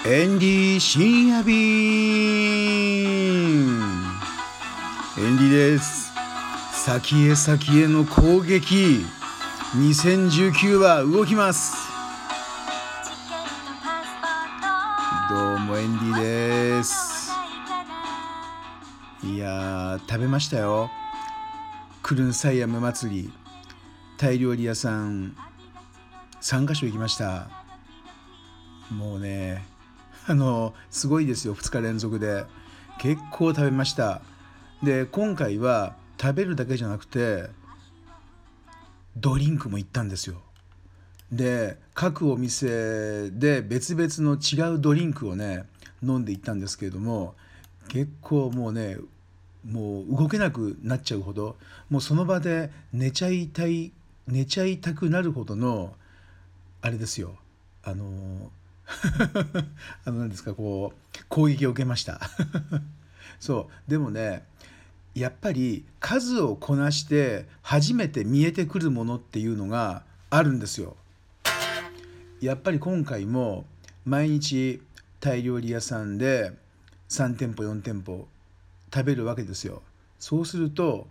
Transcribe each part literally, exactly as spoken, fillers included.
エンディ深夜便。エンディです。先へ先への攻撃にせんじゅうきゅうは動きます。どうもエンディです。いやー食べましたよ。クルンサイヤム祭り、タイ料理屋さんさんカ所行きました。もうねあのすごいですよ。ふつか連続で結構食べました。で今回は食べるだけじゃなくてドリンクも行ったんですよ。で各お店で別々の違うドリンクをね飲んでいったんですけれども、結構もうねもう動けなくなっちゃうほど、もうその場で寝ちゃいたい寝ちゃいたくなるほどのあれですよ。あのあの何ですか、こう攻撃を受けましたそうでもね、やっぱり数をこなして初めて見えてくるものっていうのがあるんですよ。やっぱり今回も毎日タイ料理屋さんでさん店舗よん店舗食べるわけですよ。そうすると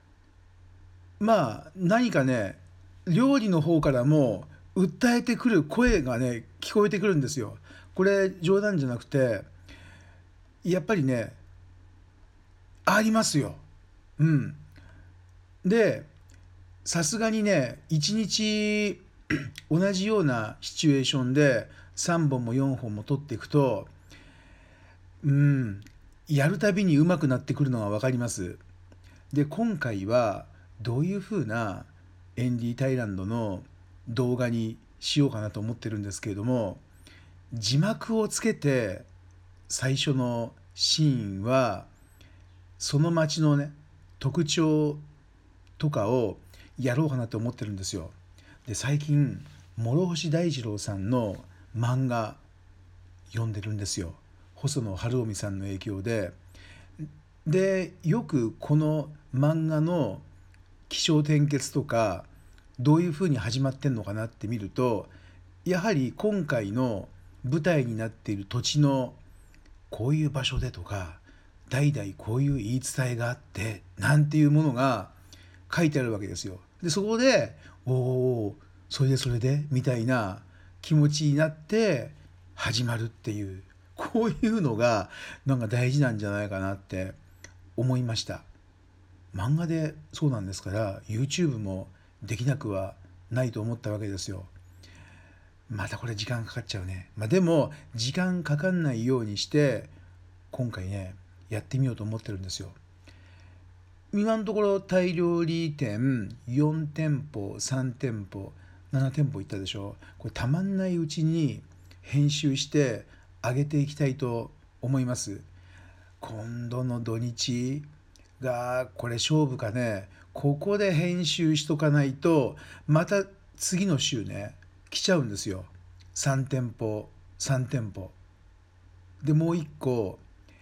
まあ何かね、料理の方からも訴えてくる声がね聞こえてくるんですよ。これ冗談じゃなくてやっぱりねありますよ。うん。でさすがにねいちにち同じようなシチュエーションでさんぼんもよんほんも取っていくと、うんやるたびに上手くなってくるのが分かります。で今回はどういう風なエンディタイランドの動画にしようかなと思ってるんですけれども、字幕をつけて最初のシーンはその街のね特徴とかをやろうかなと思ってるんですよ。で最近諸星大二郎さんの漫画読んでるんですよ。細野晴臣さんの影響で。でよくこの漫画の起承転結とかどういうふうに始まってんのかなって見ると、やはり今回の舞台になっている土地のこういう場所でとか代々こういう言い伝えがあってなんていうものが書いてあるわけですよ。でそこでおおそれでそれでみたいな気持ちになって始まるっていう、こういうのがなんか大事なんじゃないかなって思いました。漫画でそうなんですから YouTube もできなくはないと思ったわけですよ。またこれ時間かかっちゃうね。まあでも時間かかんないようにして今回ねやってみようと思ってるんですよ。今のところタイ料理店よん店舗さん店舗なな店舗行ったでしょ。これたまんないうちに編集して上げていきたいと思います。今度の土日がこれ勝負かね。ここで編集しとかないとまた次の週ね来ちゃうんですよ。さん店舗さん店舗でもういっこ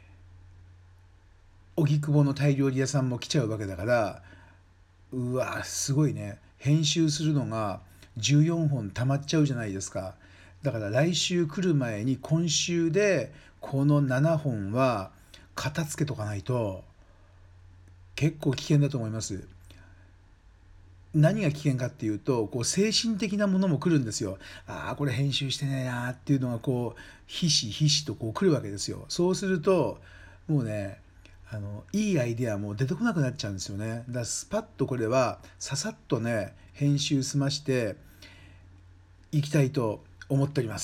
荻窪のタイ料理屋さんも来ちゃうわけだから、うわすごいね、編集するのがじゅうよんほん溜まっちゃうじゃないですか。だから来週来る前に今週でこのななほんは片付けとかないと結構危険だと思います。何が危険かっていうとこう精神的なものも来るんですよ。ああこれ編集してねえなーっていうのがこうひしひしとこう来るわけですよ。そうするともうねあのいいアイデアも出てこなくなっちゃうんですよね。だからスパッとこれはささっとね編集済ましていきたいと思っております。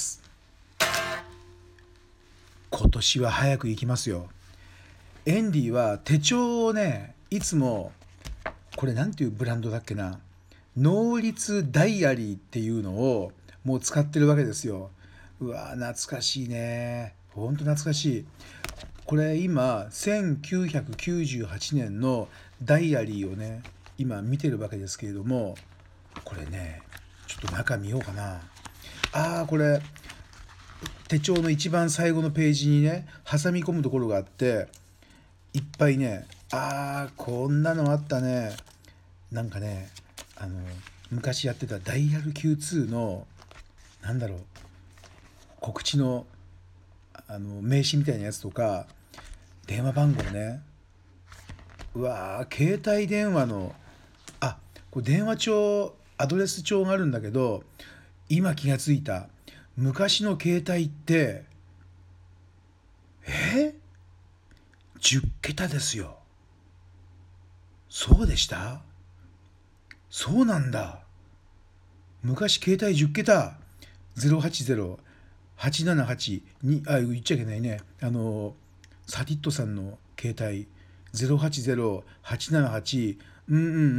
今年は早く行きますよ。エンディは手帳をねいつもこれなんていうブランドだっけな、能率ダイアリーっていうのをもう使ってるわけですよ。うわ懐かしいね、ほんと懐かしい。これ今せんきゅうひゃくきゅうじゅうはちねんのダイアリーをね今見てるわけですけれども、これねちょっと中見ようかな。あーこれ手帳の一番最後のページにね挟み込むところがあっていっぱいね、あーこんなのあったね。なんかねあの昔やってたダイヤル キューツー のなんだろう告知のあの名刺みたいなやつとか電話番号ね。うわー、携帯電話の、あ、これ電話帳、アドレス帳があるんだけど、今気がついた。昔の携帯って、えじゅっけたですよ。そうでした？そうなんだ。昔携帯じゅっけた。ゼロはちゼロ、はちななはちに、あ、言っちゃいけないね。あの、サティットさんの携帯、ゼロはちゼロ、はちななはち、うんうんうんうん、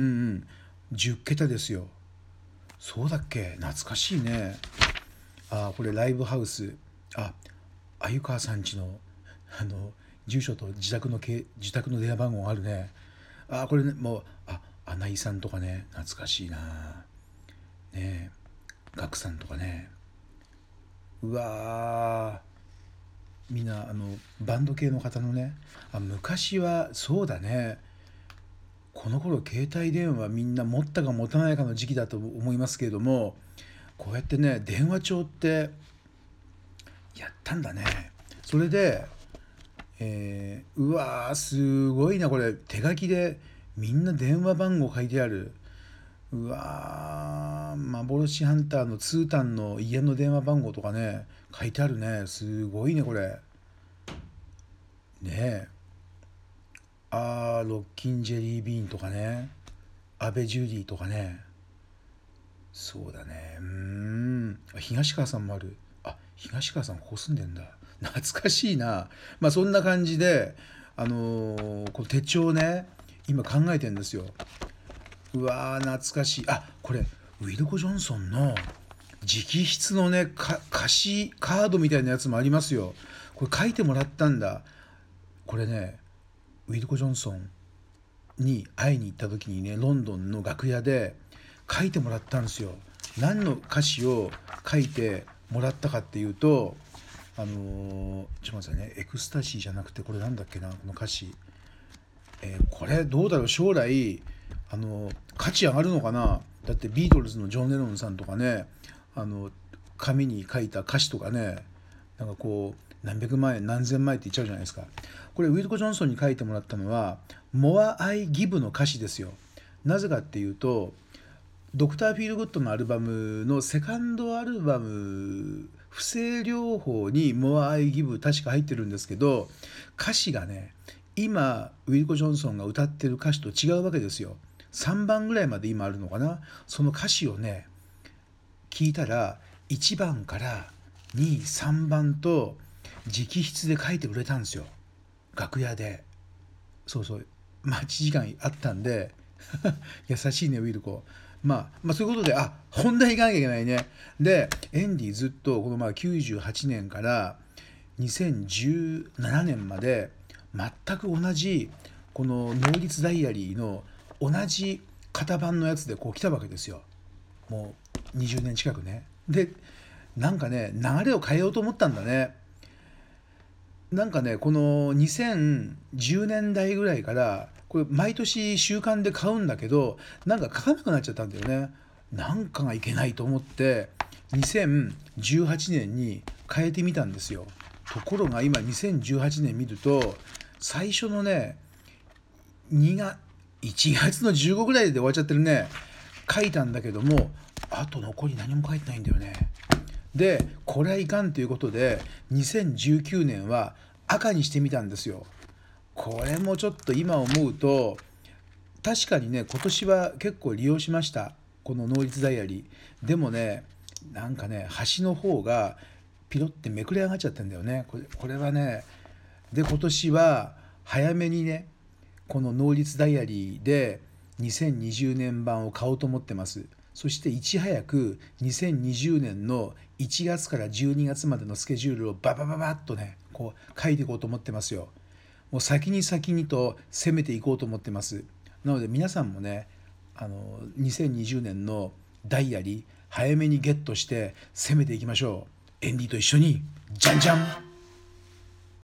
じゅっけたですよ。そうだっけ？懐かしいね。あ、これライブハウス。あ、鮎川さんちの、あの、住所と自宅のけ自宅の電話番号があるね。あ、これね、もう、あ、穴井さんとかね、懐かしいな。ねえ、ガクさんとかね。うわー、みんな、あの、バンド系の方のね、あ、昔は、そうだね。この頃、携帯電話みんな持ったか持たないかの時期だと思いますけれども、こうやってね、電話帳ってやったんだね。それで、えー、うわー、すごいな、これ。手書きでみんな電話番号書いてある。うわー、幻ハンターのツータンの家の電話番号とかね、書いてあるね。すごいね、これ。ねえ。あー、ロッキンジェリービーンとかね。アベジュディとかね。そうだね。うーん。東川さんもある。あ、東川さんここ住んでんだ。懐かしいな。まあそんな感じで、あのーこの手帳ね、今考えてんですよ。うわー、懐かしい。あ、これ、ウィルコ・ジョンソンの直筆のね、か歌詞カードみたいなやつもありますよ。これ書いてもらったんだ。これね、ウィルコ・ジョンソンに会いに行った時にね、ロンドンの楽屋で書いてもらったんですよ。何の歌詞を書いてもらったかっていうと、あのー、ちょっと待ってくださいね、エクスタシーじゃなくて、これなんだっけな、この歌詞。えーこれどうだろう、将来、あのー価値上がるのかな。だってビートルズのジョン・レノンさんとかね、あの、紙に書いた歌詞とかね、なんかこう、何百万円、何千万円って言っちゃうじゃないですか。これ、ウィルコ・ジョンソンに書いてもらったのは、More I Give の歌詞ですよ。なぜかっていうと、ドクター・フィールグッドのアルバムのセカンドアルバム、不正療法に More I Give 確か入ってるんですけど、歌詞がね、今、ウィルコ・ジョンソンが歌ってる歌詞と違うわけですよ。さんばんぐらいまで今あるのかな。その歌詞をね、聞いたら、いちばんからに、さんばんと直筆で書いてくれたんですよ。楽屋で。そうそう。待ち時間あったんで、優しいね、ウィルコ。まあ、まあ、そういうことで、あ、本題行かなきゃいけないね。で、エンディずっと、このまあきゅうじゅうはちねんからにせんじゅうななねんまで、全く同じ、この能率ダイアリーの同じ型番のやつでこう来たわけですよ。もうにじゅうねん近くね。で、なんかね、流れを変えようと思ったんだね。なんかね、このにせんじゅうねんだいぐらいから、これ毎年週刊で買うんだけど、なんか書かなくなっちゃったんだよね。なんかがいけないと思って、にせんじゅうはちねんに変えてみたんですよ。ところが今にせんじゅうはちねん見ると、最初のね、にがいちがつのじゅうごぐらいで終わっちゃってるね。書いたんだけども、あと残り何も書いてないんだよね。で、これはいかんということで、にせんじゅうきゅうねんは赤にしてみたんですよ。これもちょっと今思うと、確かにね、今年は結構利用しました。この能率ダイアリー。でもね、なんかね、端の方がピロってめくれ上がっちゃってんだよね。これ、これはね、で、今年は早めにね、この能率ダイアリーでにせんにじゅうねん版を買おうと思ってます。そしていち早くにせんにじゅうねんのいちがつからじゅうにがつまでのスケジュールをババババッとね、こう書いていこうと思ってますよ。もう先に先にと攻めていこうと思ってます。なので皆さんもね、あのにせんにじゅうねんのダイアリー早めにゲットして攻めていきましょう。エンディと一緒にじゃんじゃん。